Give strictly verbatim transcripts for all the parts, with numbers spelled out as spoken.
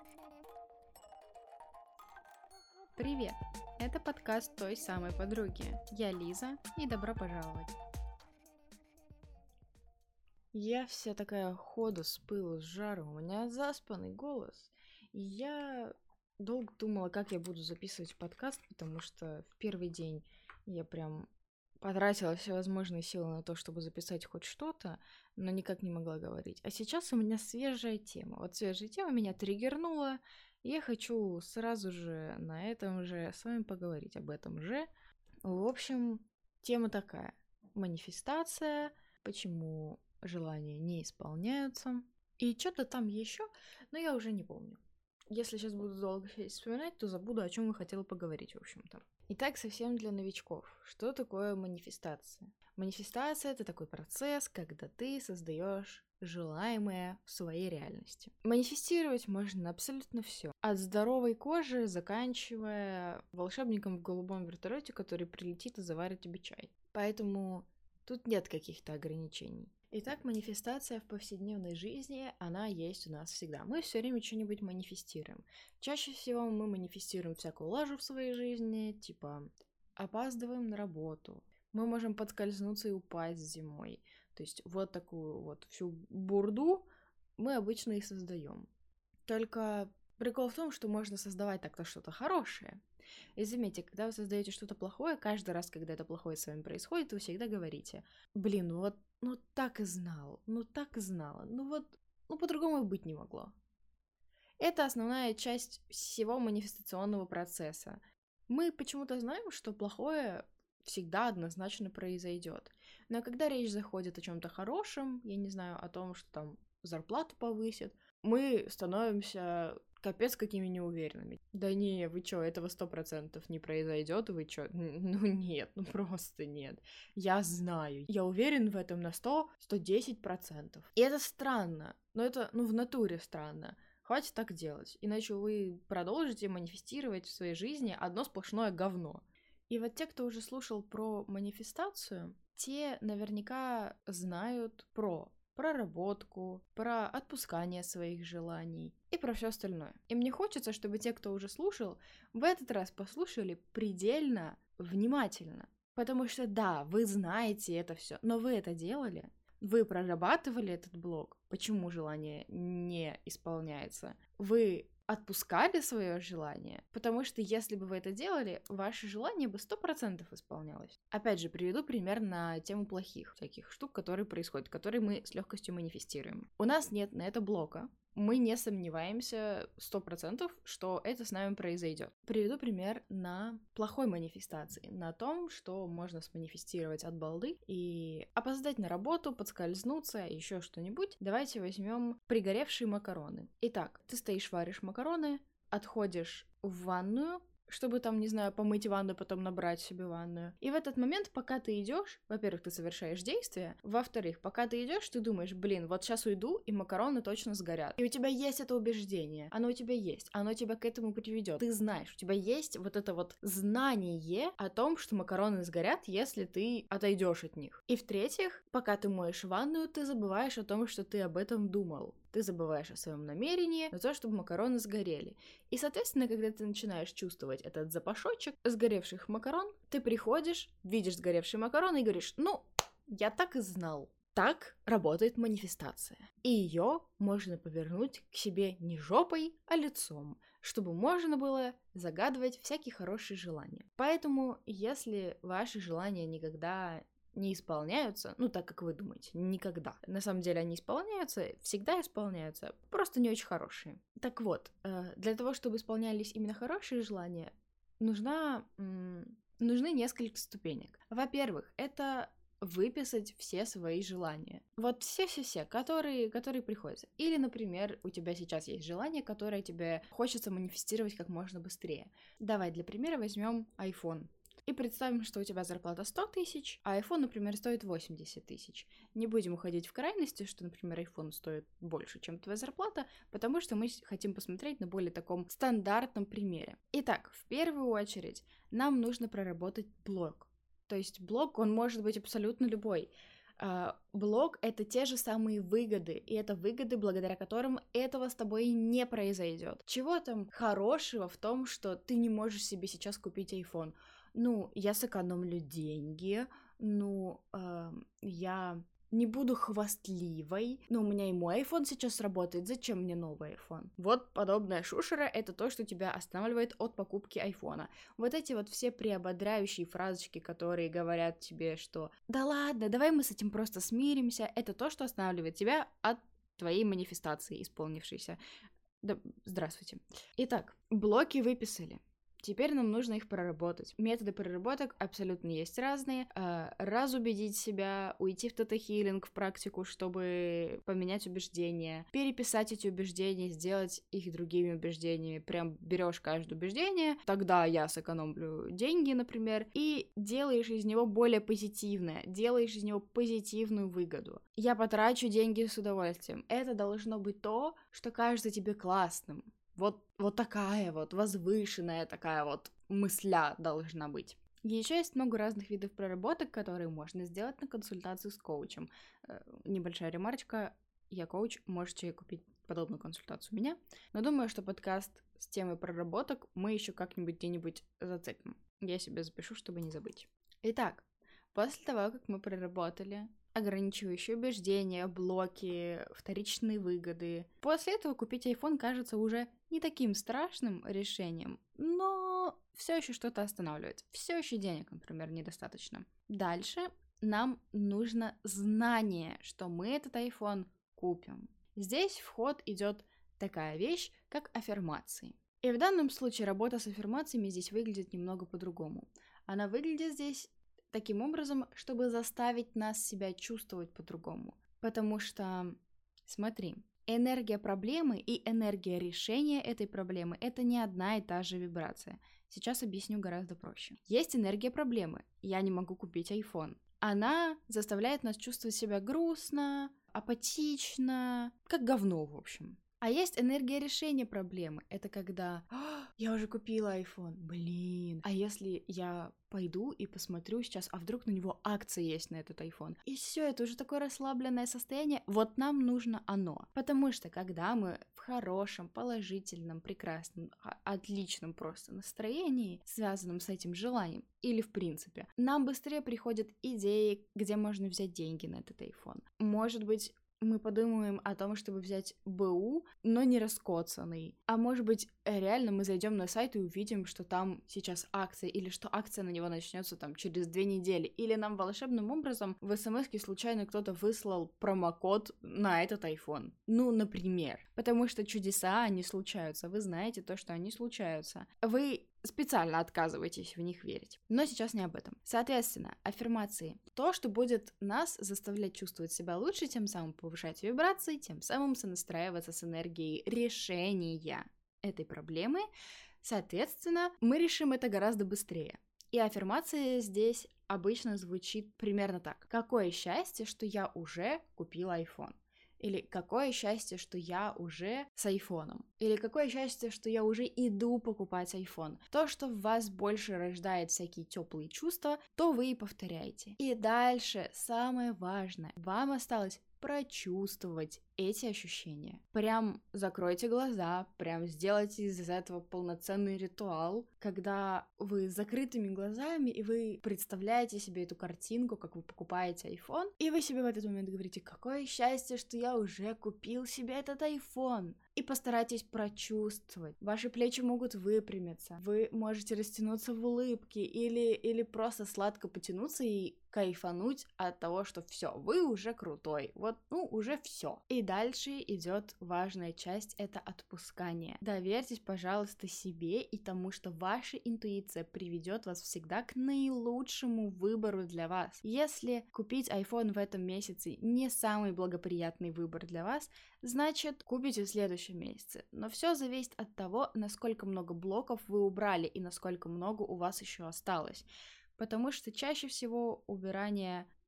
Привет! Это подкаст той самой подруги. Я Лиза, и добро пожаловать. Я вся такая ходу с пылу, с жару, у меня заспанный голос. И я долго думала, как я буду записывать подкаст, потому что в первый день я прям потратила всевозможные силы на то, чтобы записать хоть что-то, но никак не могла говорить. А сейчас у меня свежая тема. Вот свежая тема меня триггернула, и я хочу сразу же на этом же с вами поговорить об этом же. В общем, тема такая. Манифестация, почему желания не исполняются. И что-то там еще, но я уже не помню. Если сейчас буду долго сидеть вспоминать, то забуду, о чем я хотела поговорить, в общем-то. Итак, совсем для новичков. Что такое манифестация? Манифестация — это такой процесс, когда ты создаешь желаемое в своей реальности. Манифестировать можно абсолютно все. От здоровой кожи, заканчивая волшебником в голубом вертолете, который прилетит и заварит тебе чай. Поэтому тут нет каких-то ограничений. Итак, манифестация в повседневной жизни, она есть у нас всегда. Мы все время что-нибудь манифестируем. Чаще всего мы манифестируем всякую лажу в своей жизни, типа опаздываем на работу. Мы можем подскользнуться и упасть зимой. То есть вот такую вот всю бурду мы обычно и создаем. Только прикол в том, что можно создавать так-то что-то хорошее. И заметьте, когда вы создаете что-то плохое, каждый раз, когда это плохое с вами происходит, вы всегда говорите: блин, ну вот, ну так и знал, ну так и знала, ну вот, ну по-другому и быть не могло. Это основная часть всего манифестационного процесса. Мы почему-то знаем, что плохое всегда однозначно произойдет. Но когда речь заходит о чем-то хорошем, я не знаю, о том, что там зарплату повысят, мы становимся капец какими неуверенными. Да не, вы чё, этого сто процентов не произойдет, вы чё? Ну нет, ну просто нет. Я знаю, я уверен в этом на сто - сто десять процентов. И это странно, но это, ну, в натуре странно. Хватит так делать, иначе вы продолжите манифестировать в своей жизни одно сплошное говно. И вот те, кто уже слушал про манифестацию, те наверняка знают про проработку, про отпускание своих желаний и про все остальное. И мне хочется, чтобы те, кто уже слушал, в этот раз послушали предельно внимательно. Потому что да, вы знаете это все, но вы это делали? Вы прорабатывали этот блок? Почему желание не исполняется? Вы отпускали свое желание? Потому что если бы вы это делали, ваше желание бы сто процентов исполнялось. Опять же, приведу пример на тему плохих всяких штук, которые происходят, которые мы с легкостью манифестируем. У нас нет на это блока. Мы не сомневаемся сто процентов, что это с нами произойдет. Приведу пример на плохой манифестации, на том, что можно сманифестировать от балды и опоздать на работу, подскользнуться, еще что-нибудь. Давайте возьмем пригоревшие макароны. Итак, ты стоишь, варишь макароны, отходишь в ванную, чтобы там, не знаю, помыть ванну, потом набрать себе ванную. И в этот момент, пока ты идешь, во-первых, ты совершаешь действие, во-вторых, пока ты идешь, ты думаешь: блин, вот сейчас уйду, и макароны точно сгорят. И у тебя есть это убеждение, оно у тебя есть, оно тебя к этому приведет. Ты знаешь, у тебя есть вот это вот знание о том, что макароны сгорят, если ты отойдешь от них. И в-третьих, пока ты моешь ванную, ты забываешь о том, что ты об этом думал. Ты забываешь о своем намерении на то, чтобы макароны сгорели. И, соответственно, когда ты начинаешь чувствовать этот запашочек сгоревших макарон, ты приходишь, видишь сгоревшие макароны и говоришь: ну, я так и знал. Так работает манифестация. И ее можно повернуть к себе не жопой, а лицом, чтобы можно было загадывать всякие хорошие желания. Поэтому, если ваши желания никогда не исполняются, ну, так как вы думаете, никогда. На самом деле они исполняются, всегда исполняются, просто не очень хорошие. Так вот, для того, чтобы исполнялись именно хорошие желания, нужна, нужны несколько ступенек. Во-первых, это выписать все свои желания. Вот все-все-все, которые, которые приходятся. Или, например, у тебя сейчас есть желание, которое тебе хочется манифестировать как можно быстрее. Давай для примера возьмем iPhone. И представим, что у тебя зарплата сто тысяч, а iPhone, например, стоит восемьдесят тысяч. Не будем уходить в крайности, что, например, iPhone стоит больше, чем твоя зарплата, потому что мы хотим посмотреть на более таком стандартном примере. Итак, в первую очередь нам нужно проработать блок. То есть блок, он может быть абсолютно любой. А, блок — это те же самые выгоды, и это выгоды, благодаря которым этого с тобой не произойдет. Чего там хорошего в том, что ты не можешь себе сейчас купить iPhone? Ну, я сэкономлю деньги, ну, э, я не буду хвастливой, но у меня и мой iPhone сейчас работает, зачем мне новый iPhone? Вот подобная шушера — это то, что тебя останавливает от покупки айфона. Вот эти вот все приободряющие фразочки, которые говорят тебе, что «да ладно, давай мы с этим просто смиримся», это то, что останавливает тебя от твоей манифестации, исполнившейся. Да, здравствуйте. Итак, блоки выписали. Теперь нам нужно их проработать. Методы проработок абсолютно есть разные. Разубедить себя, уйти в тета-хилинг, в практику, чтобы поменять убеждения, переписать эти убеждения, сделать их другими убеждениями. Прям берешь каждое убеждение, тогда я сэкономлю деньги, например, и делаешь из него более позитивное, делаешь из него позитивную выгоду. Я потрачу деньги с удовольствием. Это должно быть то, что кажется тебе классным. Вот, вот такая вот возвышенная такая вот мысля должна быть. Еще есть много разных видов проработок, которые можно сделать на консультации с коучем. Небольшая ремарочка, я коуч, можете купить подобную консультацию у меня. Но думаю, что подкаст с темой проработок мы еще как-нибудь где-нибудь зацепим. Я себе запишу, чтобы не забыть. Итак, после того, как мы проработали ограничивающие убеждения, блоки, вторичные выгоды. После этого купить iPhone кажется уже не таким страшным решением, но все еще что-то останавливает. Все еще денег, например, недостаточно. Дальше нам нужно знание, что мы этот iPhone купим. Здесь в ход идет такая вещь, как аффирмации. И в данном случае работа с аффирмациями здесь выглядит немного по-другому. Она выглядит здесь таким образом, чтобы заставить нас себя чувствовать по-другому. Потому что, смотри, энергия проблемы и энергия решения этой проблемы — это не одна и та же вибрация. Сейчас объясню гораздо проще. Есть энергия проблемы. Я не могу купить iPhone. Она заставляет нас чувствовать себя грустно, апатично, как говно, в общем. А есть энергия решения проблемы. Это когда я уже купила iPhone, блин. А если я пойду и посмотрю сейчас, а вдруг на него акции есть на этот iPhone? И все, это уже такое расслабленное состояние. Вот нам нужно оно. Потому что когда мы в хорошем, положительном, прекрасном, отличном просто настроении, связанном с этим желанием, или в принципе, нам быстрее приходят идеи, где можно взять деньги на этот iPhone. Может быть, мы подумаем о том, чтобы взять БУ, но не раскоцанный. А может быть, реально мы зайдем на сайт и увидим, что там сейчас акция, или что акция на него начнется там через две недели. Или нам волшебным образом в смс-ке случайно кто-то выслал промокод на этот iPhone. Ну, например. Потому что чудеса, они случаются. Вы знаете то, что они случаются. Вы специально отказываетесь в них верить. Но сейчас не об этом. Соответственно, аффирмации. То, что будет нас заставлять чувствовать себя лучше, тем самым повышать вибрации, тем самым сонастраиваться с энергией решения этой проблемы. Соответственно, мы решим это гораздо быстрее. И аффирмация здесь обычно звучит примерно так. Какое счастье, что я уже купила iPhone. Или какое счастье, что я уже с айфоном. Или какое счастье, что я уже иду покупать iPhone. То, что в вас больше рождает всякие теплые чувства, то вы и повторяете. И дальше самое важное. Вам осталось прочувствовать эти ощущения. Прям закройте глаза, прям сделайте из этого полноценный ритуал, когда вы с закрытыми глазами, и вы представляете себе эту картинку, как вы покупаете iPhone, и вы себе в этот момент говорите: какое счастье, что я уже купил себе этот iPhone. И постарайтесь прочувствовать. Ваши плечи могут выпрямиться, вы можете растянуться в улыбке или, или просто сладко потянуться и кайфануть от того, что все, вы уже крутой, вот, ну, уже все. И дальше идет важная часть, это отпускание. Доверьтесь, пожалуйста, себе и тому, что ваша интуиция приведет вас всегда к наилучшему выбору для вас. Если купить iPhone в этом месяце не самый благоприятный выбор для вас, значит, купите в следующем месяце. Но все зависит от того, насколько много блоков вы убрали и насколько много у вас еще осталось. Потому что чаще всего убирание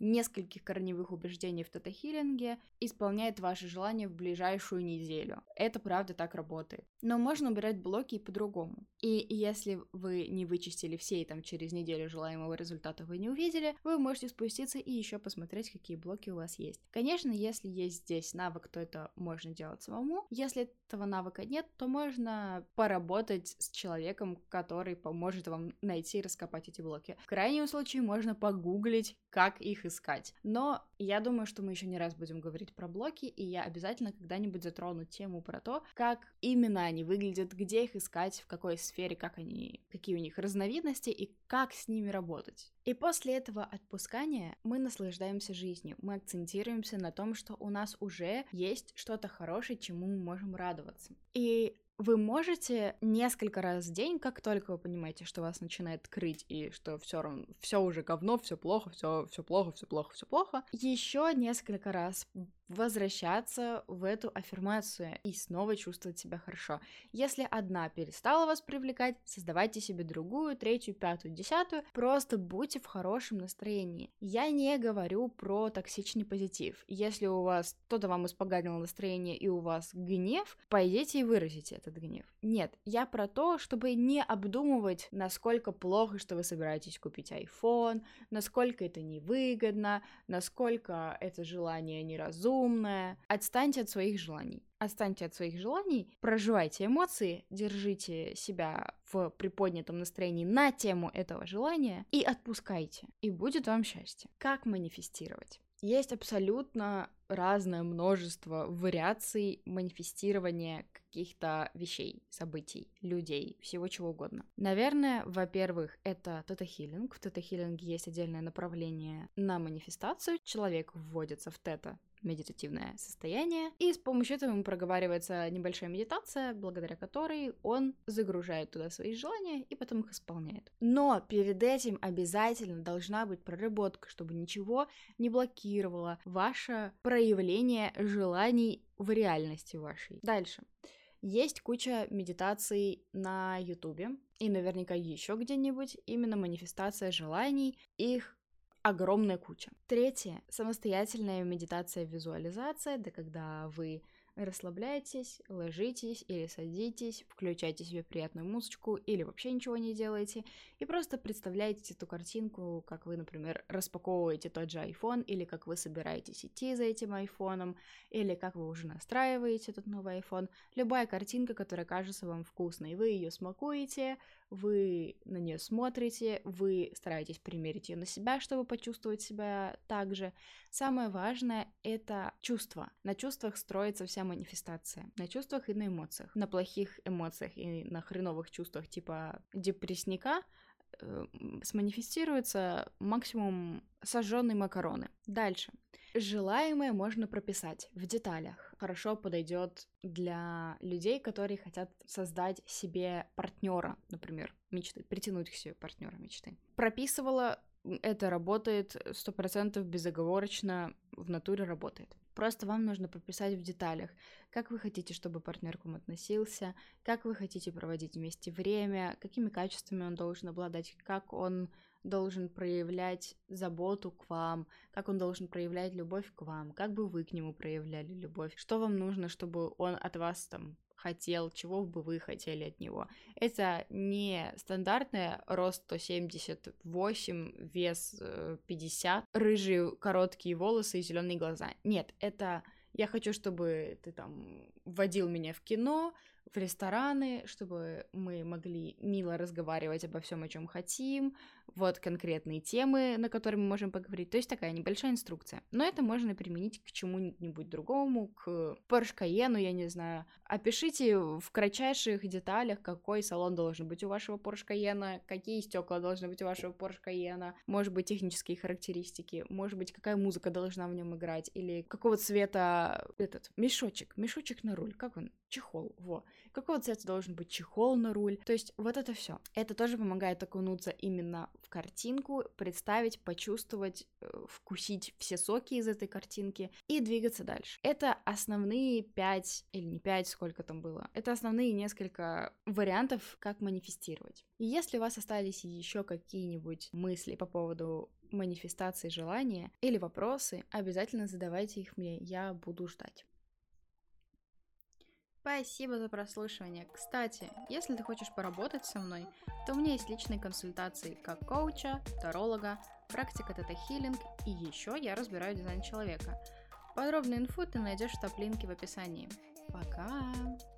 нескольких корневых убеждений в тета-хиллинге исполняет ваши желания в ближайшую неделю. Это правда так работает. Но можно убирать блоки и по-другому. И если вы не вычистили все и там через неделю желаемого результата вы не увидели, вы можете спуститься и еще посмотреть, какие блоки у вас есть. Конечно, если есть здесь навык, то это можно делать самому. Если этого навыка нет, то можно поработать с человеком, который поможет вам найти и раскопать эти блоки. В крайнем случае можно погуглить, как их искать. Но я думаю, что мы еще не раз будем говорить про блоки, и я обязательно когда-нибудь затрону тему про то, как именно они выглядят, где их искать, в какой сфере, как они, какие у них разновидности и как с ними работать. И после этого отпускания мы наслаждаемся жизнью, мы акцентируемся на том, что у нас уже есть что-то хорошее, чему мы можем радоваться. И вы можете несколько раз в день, как только вы понимаете, что вас начинает крыть и что все равно все уже говно, все плохо, все все плохо, все плохо, все плохо, еще несколько раз возвращаться в эту аффирмацию и снова чувствовать себя хорошо. Если одна перестала вас привлекать, создавайте себе другую, третью, пятую, десятую, просто будьте в хорошем настроении. Я не говорю про токсичный позитив. Если у вас кто-то вам испоганил настроение и у вас гнев, пойдите и выразите этот гнев. Нет, я про то, чтобы не обдумывать, насколько плохо, что вы собираетесь купить iPhone, насколько это невыгодно, насколько это желание неразумное. Отстаньте от своих желаний. Отстаньте от своих желаний, проживайте эмоции, держите себя в приподнятом настроении на тему этого желания и отпускайте. И будет вам счастье. Как манифестировать? Есть абсолютно разное множество вариаций манифестирования каких-то вещей, событий, людей, всего чего угодно. Наверное, во-первых, это тета-хиллинг. В тета-хиллинге есть отдельное направление на манифестацию. Человек вводится в тета медитативное состояние, и с помощью этого ему проговаривается небольшая медитация, благодаря которой он загружает туда свои желания и потом их исполняет. Но перед этим обязательно должна быть проработка, чтобы ничего не блокировало ваше проявление желаний в реальности вашей. Дальше. Есть куча медитаций на Ютубе и наверняка еще где-нибудь, именно манифестация желаний, их огромная куча. Третье. Самостоятельная медитация-визуализация, это когда вы расслабляетесь, ложитесь или садитесь, включаете себе приятную музычку или вообще ничего не делаете и просто представляете эту картинку, как вы, например, распаковываете тот же iPhone, или как вы собираетесь идти за этим айфоном, или как вы уже настраиваете этот новый iPhone. Любая картинка, которая кажется вам вкусной, вы ее смакуете, вы на нее смотрите, вы стараетесь примерить ее на себя, чтобы почувствовать себя так же. Самое важное — это чувства. На чувствах строится вся манифестация. На чувствах и на эмоциях. На плохих эмоциях и на хреновых чувствах типа депрессника э, сманифестируется максимум сожженные макароны. Дальше. Желаемое можно прописать в деталях. Хорошо подойдет для людей, которые хотят создать себе партнера, например, мечты, притянуть к себе партнера мечты. Прописывала, это работает сто процентов безоговорочно, в натуре работает. Просто вам нужно прописать в деталях, как вы хотите, чтобы партнер к вам относился, как вы хотите проводить вместе время, какими качествами он должен обладать, как он должен проявлять заботу к вам, как он должен проявлять любовь к вам, как бы вы к нему проявляли любовь, что вам нужно, чтобы он от вас там хотел, чего бы вы хотели от него. Это не стандартная рост сто семьдесят восемь, вес пятьдесят, рыжие короткие волосы и зеленые глаза. Нет, это я хочу, чтобы ты там водил меня в кино, в рестораны, чтобы мы могли мило разговаривать обо всем, о чем хотим, вот конкретные темы, на которые мы можем поговорить. То есть такая небольшая инструкция. Но это можно применить к чему-нибудь другому, к Porsche Cayenne, я не знаю. Опишите в кратчайших деталях, какой салон должен быть у вашего Porsche Cayenne, какие стекла должны быть у вашего Porsche Cayenne, может быть, технические характеристики, может быть, какая музыка должна в нем играть, или какого цвета этот мешочек, мешочек на на руль? Как он? Чехол, во. Какого цвета должен быть чехол на руль? То есть вот это все. Это тоже помогает окунуться именно в картинку, представить, почувствовать, вкусить все соки из этой картинки и двигаться дальше. Это основные пять, или не пять, сколько там было. Это основные несколько вариантов, как манифестировать. И если у вас остались еще какие-нибудь мысли по поводу манифестации желания или вопросы, обязательно задавайте их мне, я буду ждать. Спасибо за прослушивание. Кстати, если ты хочешь поработать со мной, то у меня есть личные консультации как коуча, таролога, практика тета-хилинг, и еще я разбираю дизайн человека. Подробную инфу ты найдешь в топ-линке в описании. Пока!